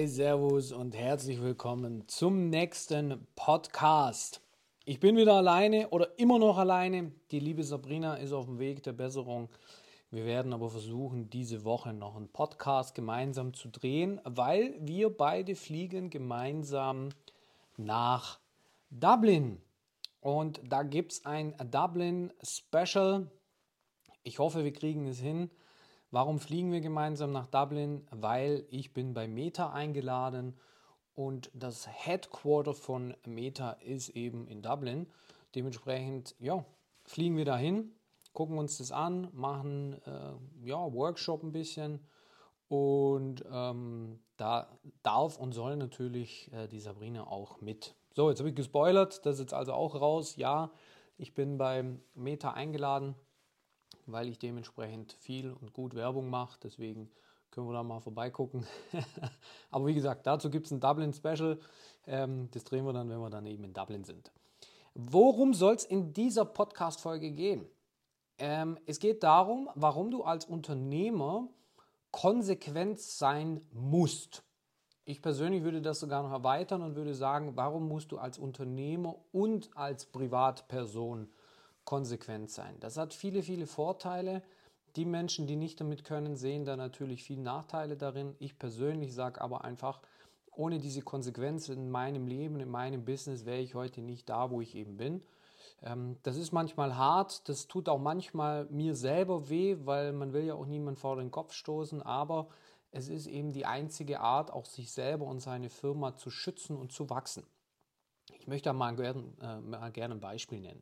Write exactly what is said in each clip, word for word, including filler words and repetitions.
Servus und herzlich willkommen zum nächsten Podcast. Ich bin wieder alleine oder immer noch alleine. Die liebe Sabrina ist auf dem Weg der Besserung. Wir werden aber versuchen, diese Woche noch einen Podcast gemeinsam zu drehen, weil wir beide fliegen gemeinsam nach Dublin. Und da gibt es ein Dublin Special. Ich hoffe, wir kriegen es hin. Warum fliegen wir gemeinsam nach Dublin? Weil ich bin bei Meta eingeladen und das Headquarter von Meta ist eben in Dublin. Dementsprechend, ja, fliegen wir dahin, gucken uns das an, machen äh, ja, Workshop ein bisschen und ähm, da darf und soll natürlich äh, die Sabrina auch mit. So, jetzt habe ich gespoilert, das ist jetzt also auch raus. Ja, ich bin bei Meta eingeladen, weil ich dementsprechend viel und gut Werbung mache. Deswegen können wir da mal vorbeigucken. Aber wie gesagt, dazu gibt es ein Dublin-Special. Ähm, das drehen wir dann, wenn wir dann eben in Dublin sind. Worum soll es in dieser Podcast-Folge gehen? Ähm, es geht darum, warum du als Unternehmer konsequent sein musst. Ich persönlich würde das sogar noch erweitern und würde sagen, warum musst du als Unternehmer und als Privatperson konsequent sein. Das hat viele, viele Vorteile. Die Menschen, die nicht damit können, sehen da natürlich viele Nachteile darin. Ich persönlich sage aber einfach, ohne diese Konsequenz in meinem Leben, in meinem Business, wäre ich heute nicht da, wo ich eben bin. Das ist manchmal hart, das tut auch manchmal mir selber weh, weil man will ja auch niemanden vor den Kopf stoßen, aber es ist eben die einzige Art, auch sich selber und seine Firma zu schützen und zu wachsen. Ich möchte da mal gerne, äh, mal gerne ein Beispiel nennen.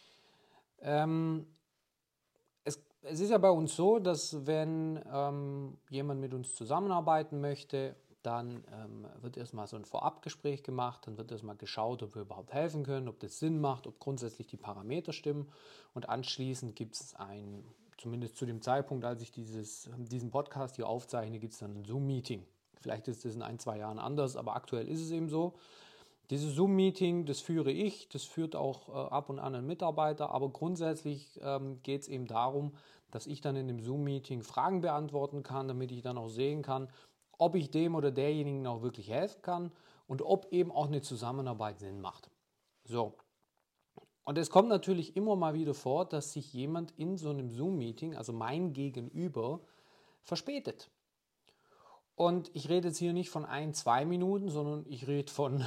Ähm, es, es ist ja bei uns so, dass wenn ähm, jemand mit uns zusammenarbeiten möchte, dann ähm, wird erstmal so ein Vorabgespräch gemacht, dann wird erstmal geschaut, ob wir überhaupt helfen können, ob das Sinn macht, ob grundsätzlich die Parameter stimmen und anschließend gibt es ein, zumindest zu dem Zeitpunkt, als ich dieses, diesen Podcast hier aufzeichne, gibt es dann ein Zoom-Meeting. Vielleicht ist das in ein, zwei Jahren anders, aber aktuell ist es eben so. Dieses Zoom-Meeting, das führe ich, das führt auch äh, ab und an ein Mitarbeiter, aber grundsätzlich ähm, geht es eben darum, dass ich dann in dem Zoom-Meeting Fragen beantworten kann, damit ich dann auch sehen kann, ob ich dem oder derjenigen auch wirklich helfen kann und ob eben auch eine Zusammenarbeit Sinn macht. So. Und es kommt natürlich immer mal wieder vor, dass sich jemand in so einem Zoom-Meeting, also mein Gegenüber, verspätet. Und ich rede jetzt hier nicht von ein, zwei Minuten, sondern ich rede von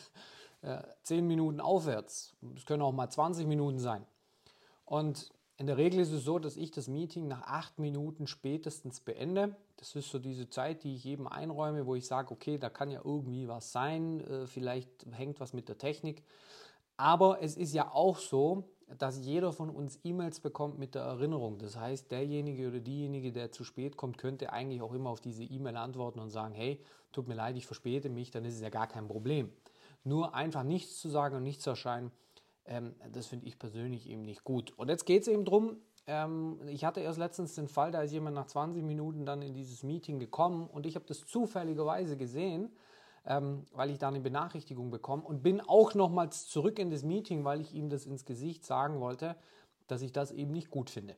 zehn Minuten aufwärts. Es können auch mal zwanzig Minuten sein. Und in der Regel ist es so, dass ich das Meeting nach acht Minuten spätestens beende. Das ist so diese Zeit, die ich jedem einräume, wo ich sage, okay, da kann ja irgendwie was sein, vielleicht hängt was mit der Technik. Aber es ist ja auch so, dass jeder von uns E-Mails bekommt mit der Erinnerung. Das heißt, derjenige oder diejenige, der zu spät kommt, könnte eigentlich auch immer auf diese E-Mail antworten und sagen, hey, tut mir leid, ich verspäte mich, dann ist es ja gar kein Problem. Nur einfach nichts zu sagen und nichts zu erscheinen, ähm, das finde ich persönlich eben nicht gut. Und jetzt geht es eben darum, ähm, ich hatte erst letztens den Fall, da ist jemand nach zwanzig Minuten dann in dieses Meeting gekommen und ich habe das zufälligerweise gesehen, Ähm, weil ich da eine Benachrichtigung bekomme und bin auch nochmals zurück in das Meeting, weil ich ihm das ins Gesicht sagen wollte, dass ich das eben nicht gut finde.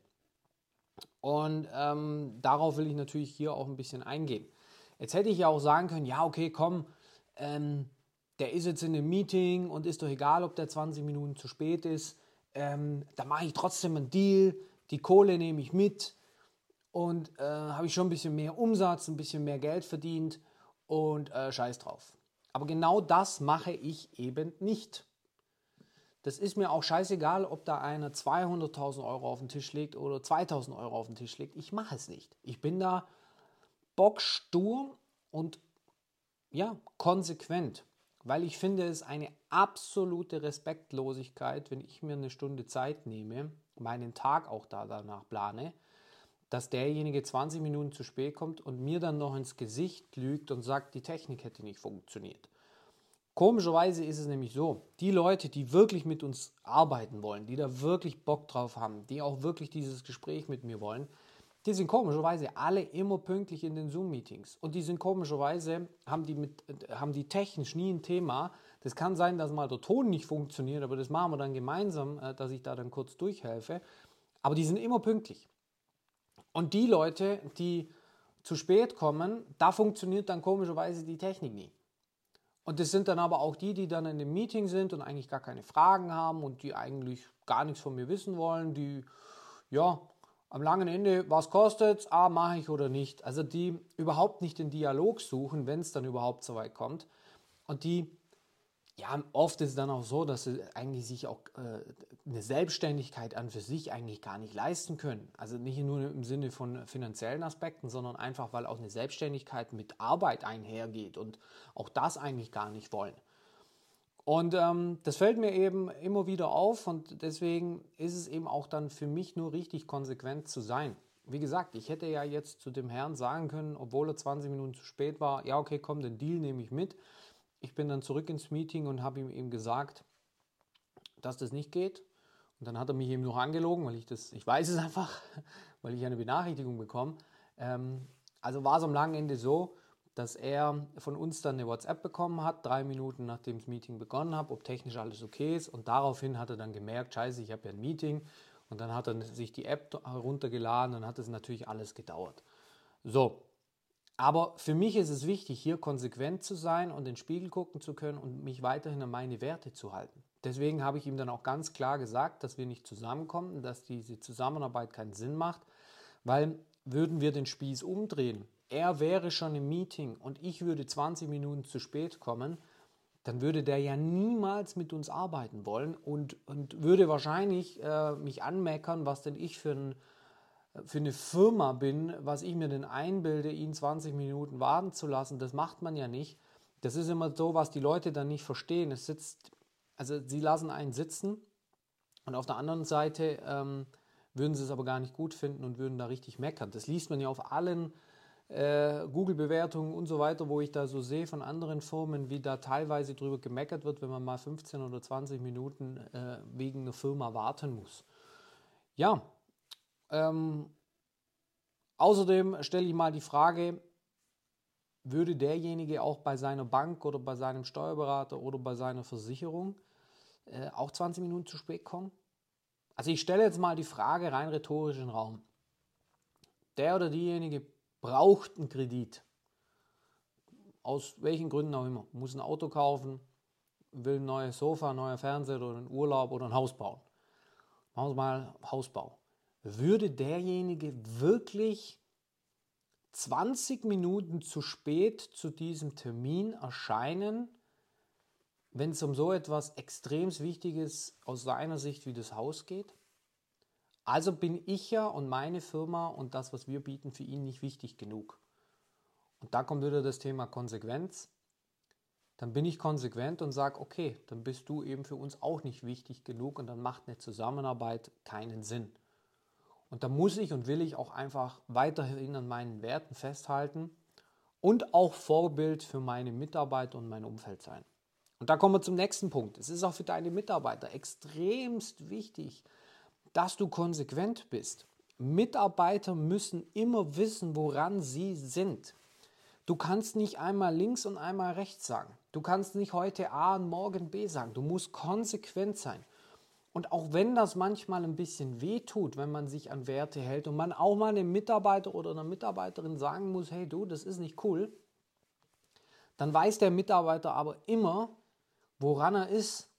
Und ähm, darauf will ich natürlich hier auch ein bisschen eingehen. Jetzt hätte ich ja auch sagen können, ja okay, komm, ähm, der ist jetzt in einem Meeting und ist doch egal, ob der zwanzig Minuten zu spät ist, ähm, da mache ich trotzdem einen Deal, die Kohle nehme ich mit und äh, habe ich schon ein bisschen mehr Umsatz, ein bisschen mehr Geld verdient. Und äh, scheiß drauf. Aber genau das mache ich eben nicht. Das ist mir auch scheißegal, ob da einer zweihunderttausend Euro auf den Tisch legt oder zweitausend Euro auf den Tisch legt. Ich mache es nicht. Ich bin da bockstur und ja, konsequent. Weil ich finde es eine absolute Respektlosigkeit, wenn ich mir eine Stunde Zeit nehme, meinen Tag auch da danach plane, dass derjenige zwanzig Minuten zu spät kommt und mir dann noch ins Gesicht lügt und sagt, die Technik hätte nicht funktioniert. Komischerweise ist es nämlich so, die Leute, die wirklich mit uns arbeiten wollen, die da wirklich Bock drauf haben, die auch wirklich dieses Gespräch mit mir wollen, die sind komischerweise alle immer pünktlich in den Zoom-Meetings. Und die sind komischerweise, haben die, mit, haben die technisch nie ein Thema. Das kann sein, dass mal der Ton nicht funktioniert, aber das machen wir dann gemeinsam, dass ich da dann kurz durchhelfe. Aber die sind immer pünktlich. Und die Leute, die zu spät kommen, da funktioniert dann komischerweise die Technik nie. Und das sind dann aber auch die, die dann in dem Meeting sind und eigentlich gar keine Fragen haben und die eigentlich gar nichts von mir wissen wollen, die, ja, am langen Ende, was kostet es, ah, mache ich oder nicht. Also die überhaupt nicht den Dialog suchen, wenn es dann überhaupt so weit kommt. Und die, ja, oft ist es dann auch so, dass sie eigentlich sich auch äh, eine Selbstständigkeit an für sich eigentlich gar nicht leisten können. Also nicht nur im Sinne von finanziellen Aspekten, sondern einfach, weil auch eine Selbstständigkeit mit Arbeit einhergeht und auch das eigentlich gar nicht wollen. Und ähm, das fällt mir eben immer wieder auf und deswegen ist es eben auch dann für mich nur richtig konsequent zu sein. Wie gesagt, ich hätte ja jetzt zu dem Herrn sagen können, obwohl er zwanzig Minuten zu spät war, ja okay, komm, den Deal nehme ich mit. Ich bin dann zurück ins Meeting und habe ihm eben gesagt, dass das nicht geht. Und dann hat er mich eben noch angelogen, weil ich das, ich weiß es einfach, weil ich eine Benachrichtigung bekomme. Ähm, also war es am langen Ende so, dass er von uns dann eine WhatsApp bekommen hat, drei Minuten nachdem das Meeting begonnen hat, ob technisch alles okay ist. Und daraufhin hat er dann gemerkt, scheiße, ich habe ja ein Meeting. Und dann hat er sich die App heruntergeladen, dann hat es natürlich alles gedauert. So. Aber für mich ist es wichtig, hier konsequent zu sein und in den Spiegel gucken zu können und mich weiterhin an meine Werte zu halten. Deswegen habe ich ihm dann auch ganz klar gesagt, dass wir nicht zusammenkommen, dass diese Zusammenarbeit keinen Sinn macht, weil würden wir den Spieß umdrehen, er wäre schon im Meeting und ich würde zwanzig Minuten zu spät kommen, dann würde der ja niemals mit uns arbeiten wollen und, und würde wahrscheinlich äh, mich anmeckern, was denn ich für ein für eine Firma bin, was ich mir denn einbilde, ihn zwanzig Minuten warten zu lassen, das macht man ja nicht. Das ist immer so, was die Leute dann nicht verstehen. Es sitzt, also sie lassen einen sitzen und auf der anderen Seite ähm, würden sie es aber gar nicht gut finden und würden da richtig meckern. Das liest man ja auf allen äh, Google-Bewertungen und so weiter, wo ich da so sehe von anderen Firmen, wie da teilweise drüber gemeckert wird, wenn man mal fünfzehn oder zwanzig Minuten äh, wegen einer Firma warten muss. Ja, Ähm, außerdem stelle ich mal die Frage, würde derjenige auch bei seiner Bank oder bei seinem Steuerberater oder bei seiner Versicherung äh, auch zwanzig Minuten zu spät kommen? Also ich stelle jetzt mal die Frage rein rhetorisch in den Raum. Der oder diejenige braucht einen Kredit. Aus welchen Gründen auch immer. Muss ein Auto kaufen, will ein neues Sofa, ein neuer Fernseher oder einen Urlaub oder ein Haus bauen. Machen wir mal Hausbau. Würde derjenige wirklich zwanzig Minuten zu spät zu diesem Termin erscheinen, wenn es um so etwas extrem Wichtiges aus seiner Sicht wie das Haus geht? Also bin ich ja und meine Firma und das, was wir bieten, für ihn nicht wichtig genug. Und da kommt wieder das Thema Konsequenz. Dann bin ich konsequent und sage, okay, dann bist du eben für uns auch nicht wichtig genug und dann macht eine Zusammenarbeit keinen Sinn. Und da muss ich und will ich auch einfach weiterhin an meinen Werten festhalten und auch Vorbild für meine Mitarbeiter und mein Umfeld sein. Und da kommen wir zum nächsten Punkt. Es ist auch für deine Mitarbeiter extremst wichtig, dass du konsequent bist. Mitarbeiter müssen immer wissen, woran sie sind. Du kannst nicht einmal links und einmal rechts sagen. Du kannst nicht heute A und morgen B sagen. Du musst konsequent sein. Und auch wenn das manchmal ein bisschen weh tut, wenn man sich an Werte hält und man auch mal einem Mitarbeiter oder einer Mitarbeiterin sagen muss, hey du, das ist nicht cool, dann weiß der Mitarbeiter aber immer, woran er ist.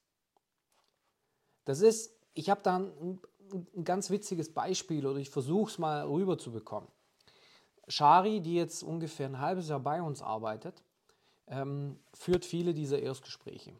Das ist, ich habe da ein, ein ganz witziges Beispiel oder ich versuche es mal rüberzubekommen. Shari, die jetzt ungefähr ein halbes Jahr bei uns arbeitet, ähm, führt viele dieser Erstgespräche.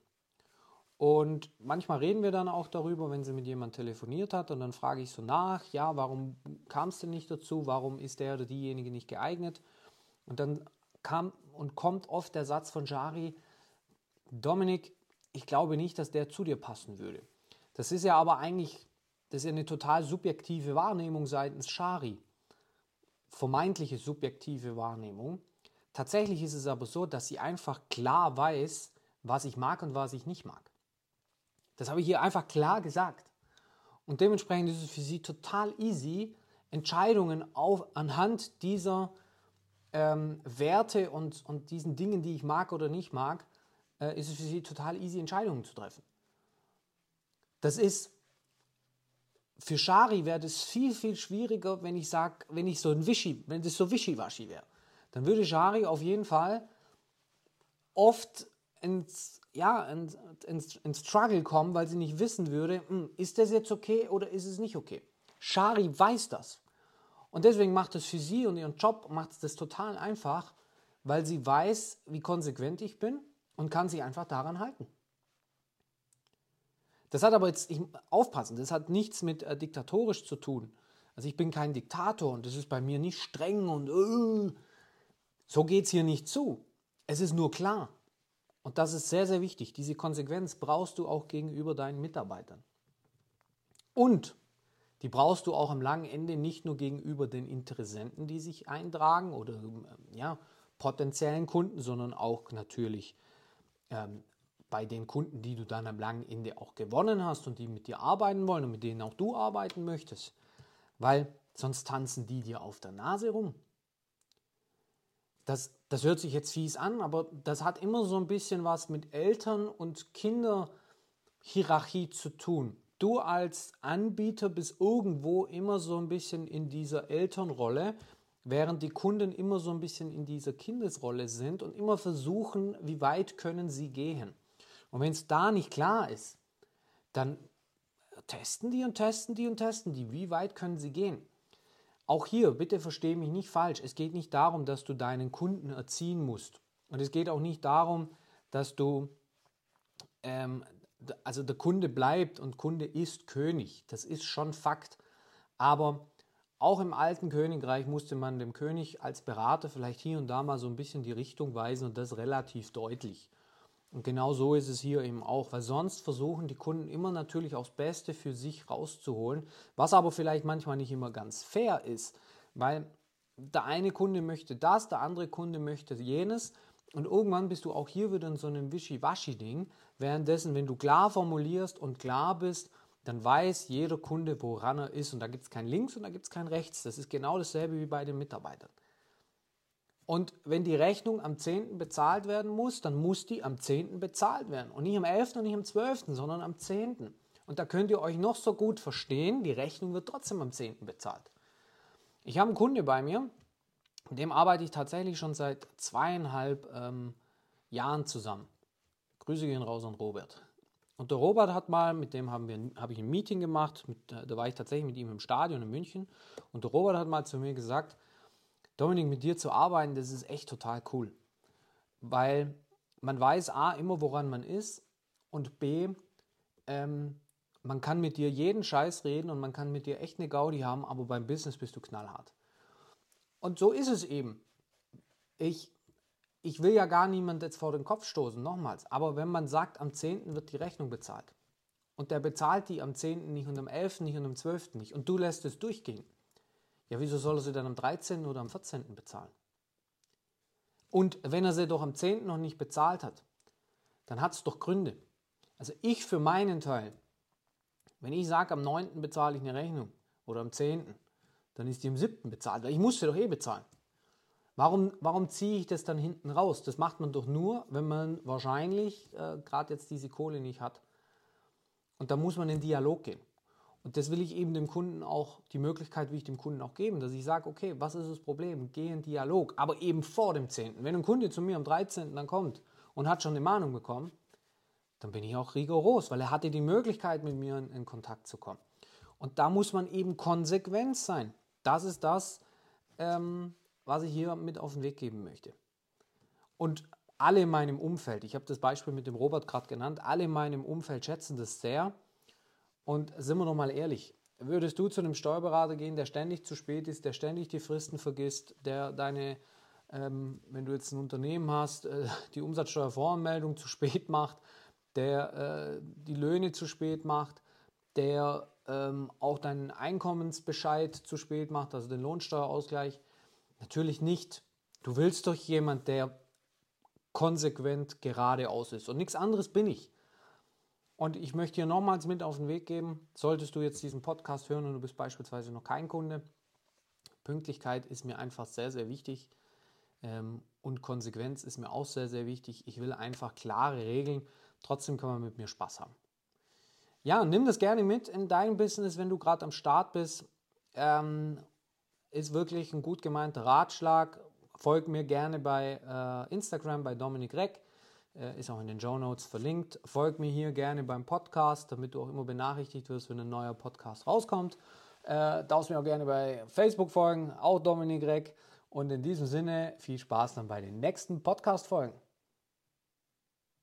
Und manchmal reden wir dann auch darüber, wenn sie mit jemandem telefoniert hat und dann frage ich so nach, ja, warum kam es denn nicht dazu, warum ist der oder diejenige nicht geeignet? Und dann kam und kommt oft der Satz von Shari, Dominik, ich glaube nicht, dass der zu dir passen würde. Das ist ja aber eigentlich, das ist ja eine total subjektive Wahrnehmung seitens Shari. Vermeintliche subjektive Wahrnehmung. Tatsächlich ist es aber so, dass sie einfach klar weiß, was ich mag und was ich nicht mag. Das habe ich ihr einfach klar gesagt. Und dementsprechend ist es für sie total easy, Entscheidungen auf, anhand dieser ähm, Werte und, und diesen Dingen, die ich mag oder nicht mag, äh, ist es für sie total easy, Entscheidungen zu treffen. Das ist, für Shari wäre das viel, viel schwieriger, wenn ich sage, wenn ich so ein Wischi, wenn das so wischiwaschi wäre. dann würde Shari auf jeden Fall oft ins, ja, ins, ins, ins Struggle kommen, weil sie nicht wissen würde, hm, ist das jetzt okay oder ist es nicht okay. Shari weiß das. Und deswegen macht es für sie und ihren Job macht es das total einfach, weil sie weiß, wie konsequent ich bin und kann sich einfach daran halten. Das hat aber jetzt, ich, aufpassen, das hat nichts mit äh, diktatorisch zu tun. Also ich bin kein Diktator und das ist bei mir nicht streng und uh, so geht es hier nicht zu. Es ist nur klar. Und das ist sehr, sehr wichtig. Diese Konsequenz brauchst du auch gegenüber deinen Mitarbeitern. Und die brauchst du auch am langen Ende nicht nur gegenüber den Interessenten, die sich eintragen oder ja, potenziellen Kunden, sondern auch natürlich ähm, bei den Kunden, die du dann am langen Ende auch gewonnen hast und die mit dir arbeiten wollen und mit denen auch du arbeiten möchtest. Weil sonst tanzen die dir auf der Nase rum. Das, das hört sich jetzt fies an, aber das hat immer so ein bisschen was mit Eltern- und Kinderhierarchie zu tun. Du als Anbieter bist irgendwo immer so ein bisschen in dieser Elternrolle, während die Kunden immer so ein bisschen in dieser Kindesrolle sind und immer versuchen, wie weit können sie gehen. Und wenn es da nicht klar ist, dann testen die und testen die und testen die, wie weit können sie gehen. Auch hier, bitte verstehe mich nicht falsch, es geht nicht darum, dass du deinen Kunden erziehen musst. Und es geht auch nicht darum, dass du, ähm, also der Kunde bleibt und Kunde ist König. Das ist schon Fakt. Aber auch im alten Königreich musste man dem König als Berater vielleicht hier und da mal so ein bisschen die Richtung weisen und das relativ deutlich. Und genau so ist es hier eben auch, weil sonst versuchen die Kunden immer natürlich auch das Beste für sich rauszuholen, was aber vielleicht manchmal nicht immer ganz fair ist, weil der eine Kunde möchte das, der andere Kunde möchte jenes und irgendwann bist du auch hier wieder in so einem Wischiwaschi-Ding, währenddessen, wenn du klar formulierst und klar bist, dann weiß jeder Kunde, woran er ist und da gibt es kein Links und da gibt es kein Rechts. Das ist genau dasselbe wie bei den Mitarbeitern. Und wenn die Rechnung am zehnten bezahlt werden muss, dann muss die am zehnten bezahlt werden. Und nicht am elften und nicht am zwölften, sondern am zehnten. Und da könnt ihr euch noch so gut verstehen, die Rechnung wird trotzdem am zehnten bezahlt. Ich habe einen Kunde bei mir, mit dem arbeite ich tatsächlich schon seit zweieinhalb ähm, Jahren zusammen. Grüße gehen raus an Robert. Und der Robert hat mal, mit dem haben wir, habe ich ein Meeting gemacht, mit, da war ich tatsächlich mit ihm im Stadion in München. Und der Robert hat mal zu mir gesagt, Dominik, mit dir zu arbeiten, das ist echt total cool, weil man weiß A, immer woran man ist und B, ähm, man kann mit dir jeden Scheiß reden und man kann mit dir echt eine Gaudi haben, aber beim Business bist du knallhart. Und so ist es eben. Ich, ich will ja gar niemand jetzt vor den Kopf stoßen, nochmals, aber wenn man sagt, am zehnten wird die Rechnung bezahlt und der bezahlt die am zehnten nicht und am elften nicht und am zwölften nicht und du lässt es durchgehen, ja, wieso soll er sie dann am dreizehnten oder am vierzehnten bezahlen? Und wenn er sie doch am zehnten noch nicht bezahlt hat, dann hat es doch Gründe. Also ich für meinen Teil, wenn ich sage, am neunten bezahle ich eine Rechnung oder am zehnten, dann ist die am siebten bezahlt, weil ich muss sie doch eh bezahlen. Warum, warum ziehe ich das dann hinten raus? Das macht man doch nur, wenn man wahrscheinlich äh, gerade jetzt diese Kohle nicht hat. Und da muss man in Dialog gehen. Und das will ich eben dem Kunden auch, die Möglichkeit will ich dem Kunden auch geben, dass ich sage, okay, was ist das Problem? Geh in Dialog, aber eben vor dem zehnten. Wenn ein Kunde zu mir am dreizehnten dann kommt und hat schon eine Mahnung bekommen, dann bin ich auch rigoros, weil er hatte die Möglichkeit, mit mir in, in Kontakt zu kommen. Und da muss man eben konsequent sein. Das ist das, ähm, was ich hier mit auf den Weg geben möchte. Und alle in meinem Umfeld, ich habe das Beispiel mit dem Robert gerade genannt, alle in meinem Umfeld schätzen das sehr. Und sind wir noch mal ehrlich, würdest du zu einem Steuerberater gehen, der ständig zu spät ist, der ständig die Fristen vergisst, der deine, ähm, wenn du jetzt ein Unternehmen hast, äh, die Umsatzsteuervoranmeldung zu spät macht, der äh, die Löhne zu spät macht, der ähm, auch deinen Einkommensbescheid zu spät macht, also den Lohnsteuerausgleich? Natürlich nicht. Du willst doch jemand, der konsequent geradeaus ist. Und nichts anderes bin ich. Und ich möchte dir nochmals mit auf den Weg geben, solltest du jetzt diesen Podcast hören und du bist beispielsweise noch kein Kunde, Pünktlichkeit ist mir einfach sehr, sehr wichtig ähm, und Konsequenz ist mir auch sehr, sehr wichtig. Ich will einfach klare Regeln, trotzdem kann man mit mir Spaß haben. Ja, nimm das gerne mit in dein Business, wenn du gerade am Start bist. Ähm, ist wirklich ein gut gemeinter Ratschlag. Folgt mir gerne bei äh, Instagram, bei Dominik Reck. Äh, ist auch in den Shownotes verlinkt. Folgt mir hier gerne beim Podcast, damit du auch immer benachrichtigt wirst, wenn ein neuer Podcast rauskommt. Äh, darfst mir auch gerne bei Facebook folgen, auch Dominik Reck. Und in diesem Sinne viel Spaß dann bei den nächsten Podcast-Folgen.